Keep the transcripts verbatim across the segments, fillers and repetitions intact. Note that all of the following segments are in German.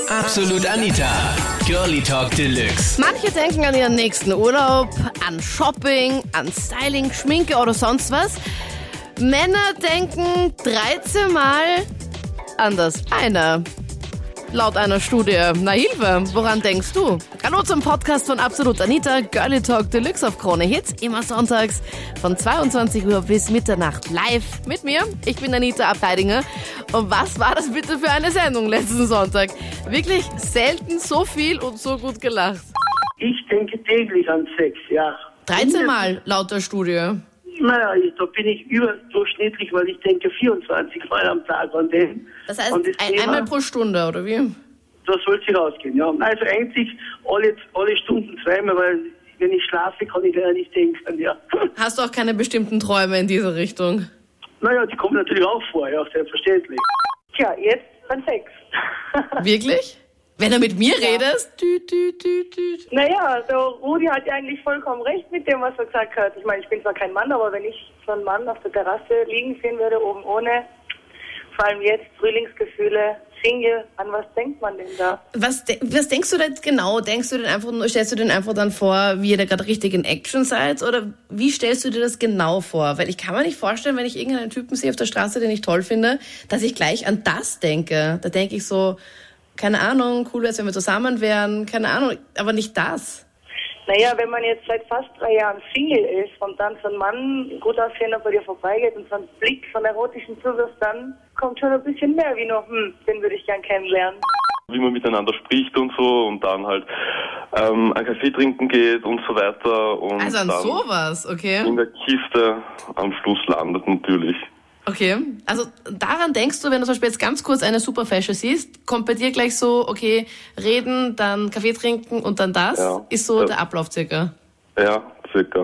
Absolut Anita, Girlie Talk Deluxe. Manche denken an ihren nächsten Urlaub, an Shopping, an Styling, Schminke oder sonst was. Männer denken dreizehn Mal an das eine. Laut einer Studie. Na Hilfe, woran denkst du? Hallo zum Podcast von Absolut Anita, Girlie Talk Deluxe auf Krone Hits. Immer sonntags von zweiundzwanzig Uhr bis Mitternacht live mit mir. Ich bin Anita Abteidinger. Und was war das bitte für eine Sendung letzten Sonntag? Wirklich selten so viel und so gut gelacht. Ich denke täglich an Sex, ja. dreizehn Mal laut der Studie. Naja, da bin ich überdurchschnittlich, weil ich denke vierundzwanzig Mal am Tag an den. Das heißt, das ein, Thema, einmal pro Stunde, oder wie? Das soll sich rausgehen, ja. Also eigentlich alle, alle Stunden zweimal, weil wenn ich schlafe, kann ich leider nicht denken, ja. Hast du auch keine bestimmten Träume in diese Richtung? Naja, die kommen natürlich auch vor, ja, selbstverständlich. Tja, jetzt an Sex. Wirklich? Wenn du mit mir redest? Tü, tü, tü, tü. Naja, der Rudi hat ja eigentlich vollkommen recht mit dem, was er gesagt hat. Ich meine, ich bin zwar kein Mann, aber wenn ich so einen Mann auf der Terrasse liegen sehen würde, oben ohne, vor allem jetzt Frühlingsgefühle, Single, an was denkt man denn da? Was, de- was denkst du denn genau? Denkst du denn einfach, stellst du dir einfach dann vor, wie ihr da gerade richtig in Action seid? Oder wie stellst du dir das genau vor? Weil ich kann mir nicht vorstellen, wenn ich irgendeinen Typen sehe auf der Straße, den ich toll finde, dass ich gleich an das denke. Da denke ich so, keine Ahnung, cool wäre es, wenn wir zusammen wären, keine Ahnung, aber nicht das. Naja, wenn man jetzt seit fast drei Jahren Single ist und dann so ein Mann gut aussehender bei dir vorbeigeht und so einen Blick von erotischen zuwirft, dann kommt schon ein bisschen mehr wie noch, hm, den würde ich gern kennenlernen. Wie man miteinander spricht und so und dann halt ähm, einen Kaffee trinken geht und so weiter. Und Also an dann sowas, okay. in der Kiste am Schluss landet natürlich. Okay, also daran denkst du, wenn du zum Beispiel jetzt ganz kurz eine Superfashion siehst, kommt bei dir gleich so, okay, reden, dann Kaffee trinken und dann das, Ja. ist so Ja. der Ablauf circa. Ja, circa.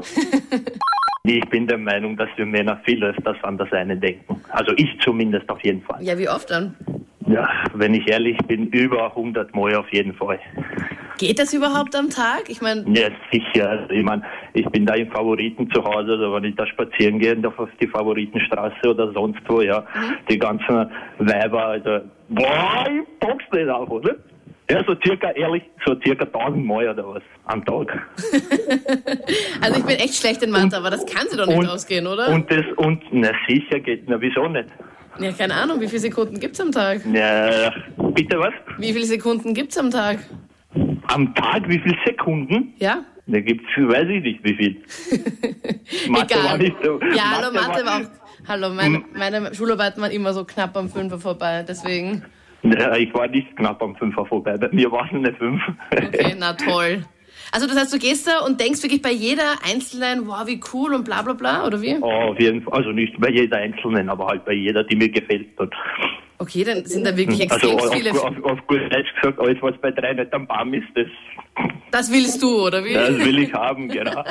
Ich bin der Meinung, dass wir Männer viel öfters an das eine denken. Also ich zumindest auf jeden Fall. Ja, wie oft dann? Ja, wenn ich ehrlich bin, über hundert Mal auf jeden Fall. Geht das überhaupt am Tag? Ich meine, Ja, sicher. Also ich meine, ich bin da im Favoriten zu Hause, also wenn ich da spazieren gehe auf die Favoritenstraße oder sonst wo, ja, Mhm. die ganzen Weiber, also, boah, ich pack's nicht auf, oder? Ja, so circa, ehrlich, so circa tausend Mal oder was am Tag. also ich bin echt schlecht in Mathe, aber das kann sie doch nicht Und- ausgehen, oder? Und das, und, na sicher geht, na wieso nicht? ja, keine Ahnung, wie viele Sekunden gibt's am Tag? Ja, bitte was? Wie viele Sekunden gibt's am Tag? Am Tag wie viele Sekunden? Ja? Da gibt's, weiß ich nicht, wie viel. Mathe Egal. war nicht so. Ja, hallo, Mathe war auch... Hallo, meine, Hm. meine Schularbeiten waren immer so knapp am Fünfer vorbei, deswegen... Ja, ich war nicht knapp am Fünfer vorbei. Bei mir waren eine Fünf. Okay, na toll. Also das heißt, du gehst da und denkst wirklich bei jeder Einzelnen, wow, wie cool und bla bla bla, oder wie? Oh, auf jeden Fall. Also nicht bei jeder Einzelnen, aber halt bei jeder, die mir gefällt hat. Okay, dann sind da wirklich extrem Also auf, viele... auf, auf gut Deutsch gesagt, alles was bei drei nicht am Baum ist, das, Das willst du, oder wie? das will ich haben, genau.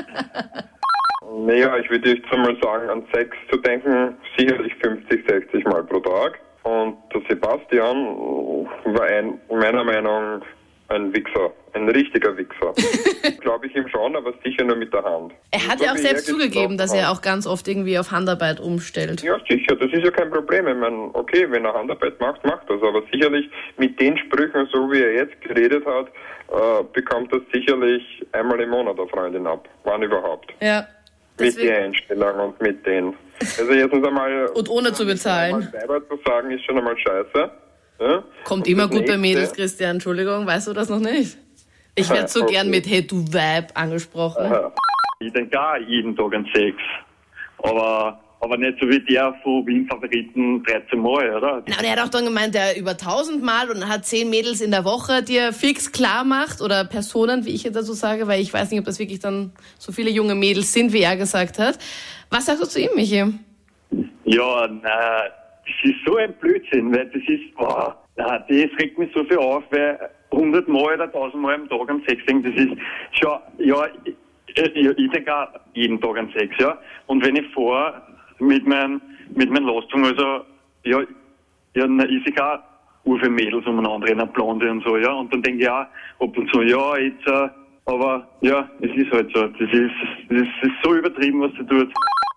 Naja, ich würde jetzt einmal sagen, an Sex zu denken, sicherlich fünfzig, sechzig Mal pro Tag. Und der Sebastian war ein, meiner Meinung nach ein Wichser, ein richtiger Wichser. Glaube ich ihm schon, aber sicher nur mit der Hand. Er hat So ja auch wie selbst er zugegeben, gesprochen dass er hat. auch ganz oft irgendwie auf Handarbeit umstellt. Ja, sicher, das ist ja kein Problem. Ich meine, okay, wenn er Handarbeit macht, macht das. Aber sicherlich mit den Sprüchen, so wie er jetzt geredet hat, äh, bekommt er sicherlich einmal im Monat eine Freundin ab. Wann überhaupt. Ja. Mit Deswegen, der Einstellung und mit den. Also erstens einmal. Und ohne zu bezahlen. Einmal Weiber zu sagen, ist schon einmal scheiße. Ja? kommt Und immer das gut bei Nächste- Mädels, Christian. Entschuldigung, weißt du das noch nicht? Ich werde so Okay. gern mit Hey du Vibe angesprochen. Aha. Ich denke auch jeden Tag an Sex. Aber, aber nicht so wie der von Wien Favoriten dreizehn Mal, oder? Na, und er hat auch dann gemeint, er über tausend Mal und hat zehn Mädels in der Woche, die er fix klar macht. Oder Personen, wie ich jetzt dazu sage, weil ich weiß nicht, ob das wirklich dann so viele junge Mädels sind, wie er gesagt hat. Was sagst du zu ihm, Michi? Ja, na, das ist so ein Blödsinn, weil das ist, boah, na, das regt mich so viel auf, weil hundert Mal oder tausend Mal am Tag an Sex denken, das ist schon, ja, ich, ich, ich denke auch jeden Tag an Sex, ja. Und wenn ich fahre mit meinem, mit meinem Lastwagen, also, ja, ja, na, ist ich auch ur viele Mädels umeinander, eine Blonde und so, ja. Und dann denke ich auch ab und zu, ja, jetzt, äh, aber, ja, es ist halt so, das ist, das ist, das ist so übertrieben, was sie tut.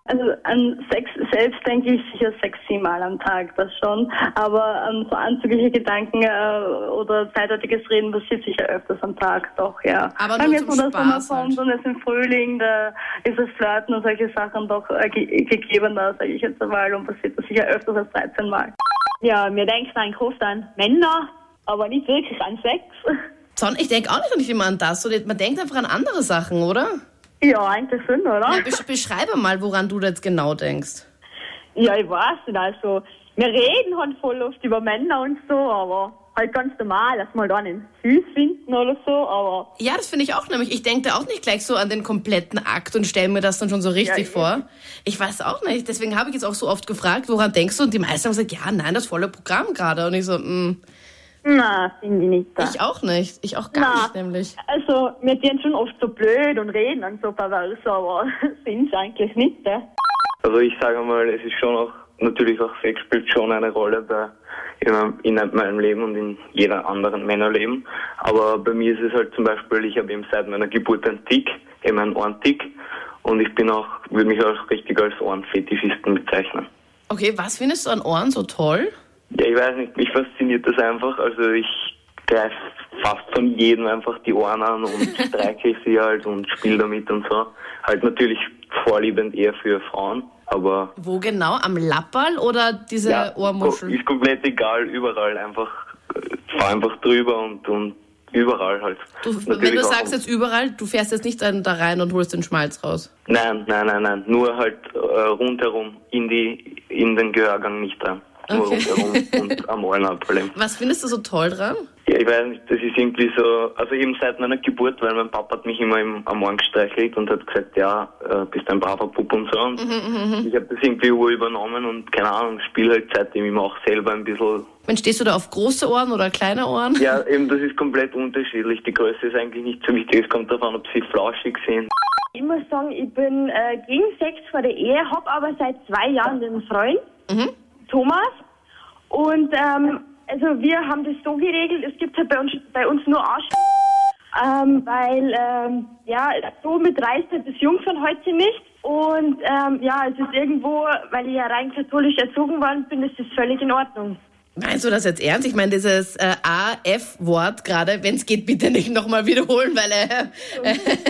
Also an Sex selbst denke ich sicher sechs, sieben Mal am Tag, das schon. Aber an so anzügliche Gedanken äh, oder zeitweiliges Reden passiert sicher öfters am Tag, doch, ja. Aber Wenn nur jetzt zum nur der Sommer Spaß halt. kommt und es im Frühling, da ist das Flirten und solche Sachen doch äh, ge- gegebener, sage ich jetzt einmal, und passiert das sicher öfters als dreizehn Mal. Ja, mir denkt eigentlich oft an Männer, aber nicht wirklich an Sex. Son, ich denke auch nicht immer an das. So, man denkt einfach an andere Sachen, oder? Ja, eigentlich schon, oder? Ja, besch- beschreibe mal, woran du da jetzt genau denkst. Ja, ich weiß nicht, also wir reden halt voll oft über Männer und so, aber halt ganz normal, dass wir da einen süß finden oder so, aber... Ja, das finde ich auch nämlich. Ich denke da auch nicht gleich so an den kompletten Akt und stelle mir das dann schon so richtig Ja, vor. Ich weiß auch nicht. Deswegen habe ich jetzt auch so oft gefragt, woran denkst du? Und die meisten haben gesagt, ja, nein, das volle Programm gerade. Und ich so, mh, Nein, finde ich nicht. ich auch nicht. Ich auch gar Nein. nicht, nämlich. Also, wir sind schon oft so blöd und reden und so pervers, aber sind es eigentlich nicht, ne? Also ich sage mal, es ist schon auch, natürlich auch Sex spielt schon eine Rolle bei in, in meinem Leben und in jeder anderen Männerleben. Aber bei mir ist es halt zum Beispiel, ich habe eben seit meiner Geburt einen Tick, eben einen Ohrentick, und ich bin auch, würde mich auch richtig als Ohrenfetischisten bezeichnen. Okay, was findest du an Ohren so toll? Ja, ich weiß nicht, mich fasziniert das einfach. Also ich greife fast von jedem einfach die Ohren an und streiche sie halt und spiele damit und so. Halt natürlich vorliebend eher für Frauen, aber... Wo genau? Am Lapperl oder diese ja, Ohrmuschel? Ist komplett egal, überall einfach, äh, fahr einfach drüber und, und überall halt. Du, Natürlich wenn du auch sagst jetzt überall, du fährst jetzt nicht dann da rein und holst den Schmalz raus. Nein, nein, nein, nein, nur halt äh, rundherum, in die, in den Gehörgang nicht rein. Nur Okay. rundherum und am Ohrenhauptproblem. Was findest du so toll dran? Ja, ich weiß nicht, das ist irgendwie so, also eben seit meiner Geburt, weil mein Papa hat mich immer im, am Ohren gestreichelt und hat gesagt, ja, äh, bist ein braver Bub und so. Und ich habe das irgendwie übernommen und keine Ahnung, spiele halt seitdem immer auch selber ein bisschen. Mensch, stehst du da auf große Ohren oder kleine Ohren? Ja, eben, das ist komplett unterschiedlich. Die Größe ist eigentlich nicht so wichtig, es kommt darauf an, ob sie flauschig sind. Ich muss sagen, ich bin äh, gegen Sex vor der Ehe, habe aber seit zwei Jahren einen Freund, Mhm. Thomas. Und ähm, also wir haben das so geregelt, es gibt halt bei uns, bei uns nur Arsch, ähm, weil ähm, ja, so mitreißt halt das Jungfernhäutchen nicht. Und ähm, ja, es ist irgendwo, weil ich ja rein katholisch erzogen worden bin, ist das völlig in Ordnung. Meinst du das jetzt ernst? Ich meine, dieses äh, A F-Wort gerade, wenn es geht, bitte nicht nochmal wiederholen, weil äh,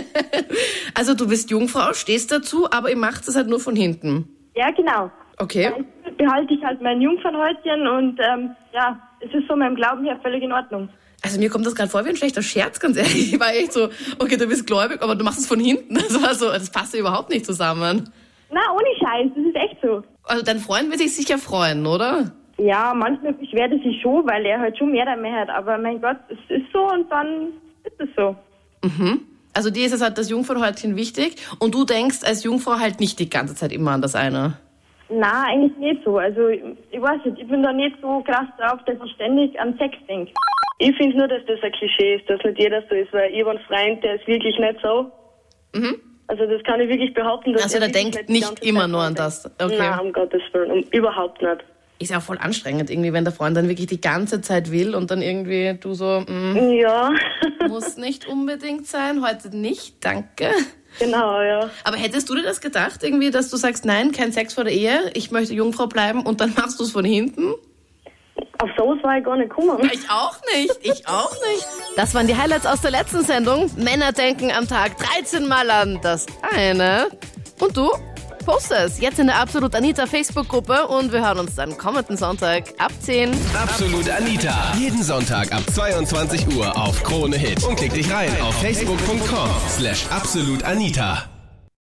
also du bist Jungfrau, stehst dazu, aber ihr macht es halt nur von hinten. Ja, genau. Okay. Da behalte ich halt mein Jungfernhäutchen und ähm, ja, es ist von meinem Glauben her völlig in Ordnung. Also mir kommt das gerade vor wie ein schlechter Scherz, ganz ehrlich. Ich war echt so, okay, du bist gläubig, aber du machst es von hinten. Das war so, das passt ja überhaupt nicht zusammen. Na, ohne Scheiß, das ist echt so. Also dein Freund wird sich sicher freuen, oder? Ja, manchmal beschwert er sich schon, weil er halt schon mehr damit hat. Aber mein Gott, es ist so und dann ist es so. Mhm. Also dir ist es halt das Jungfernhäutchen wichtig und du denkst als Jungfrau halt nicht die ganze Zeit immer an das eine. Na, eigentlich nicht so. Also ich weiß nicht, ich bin da nicht so krass drauf, dass ich ständig an Sex denke. Ich finde nur, dass das ein Klischee ist, dass nicht jeder so ist, weil ich habe einen Freund, der ist wirklich nicht so. Mhm. Also das kann ich wirklich behaupten. Dass Also er der wirklich denkt die nicht ganze immer Zeit nur an dran das. denkt. Okay. Nein, um Gottes Willen, um, überhaupt nicht. Ist ja auch voll anstrengend irgendwie, wenn der Freund dann wirklich die ganze Zeit will und dann irgendwie du so, mh, Ja, muss nicht unbedingt sein, heute nicht, danke. genau, ja. Aber hättest du dir das gedacht irgendwie, dass du sagst, nein, kein Sex vor der Ehe, ich möchte Jungfrau bleiben und dann machst du es von hinten? Auf sowas war ich gar nicht gekommen. Ich auch nicht, ich auch nicht. Das waren die Highlights aus der letzten Sendung. Männer denken am Tag dreizehn Mal an das eine. Und du? Poste es jetzt in der Absolut Anita Facebook-Gruppe und wir hören uns dann kommenden Sonntag ab zehn. Absolut Anita. Jeden Sonntag ab zweiundzwanzig Uhr auf Krone Hit. Und klick dich rein auf facebook punkt com slash absolutanita.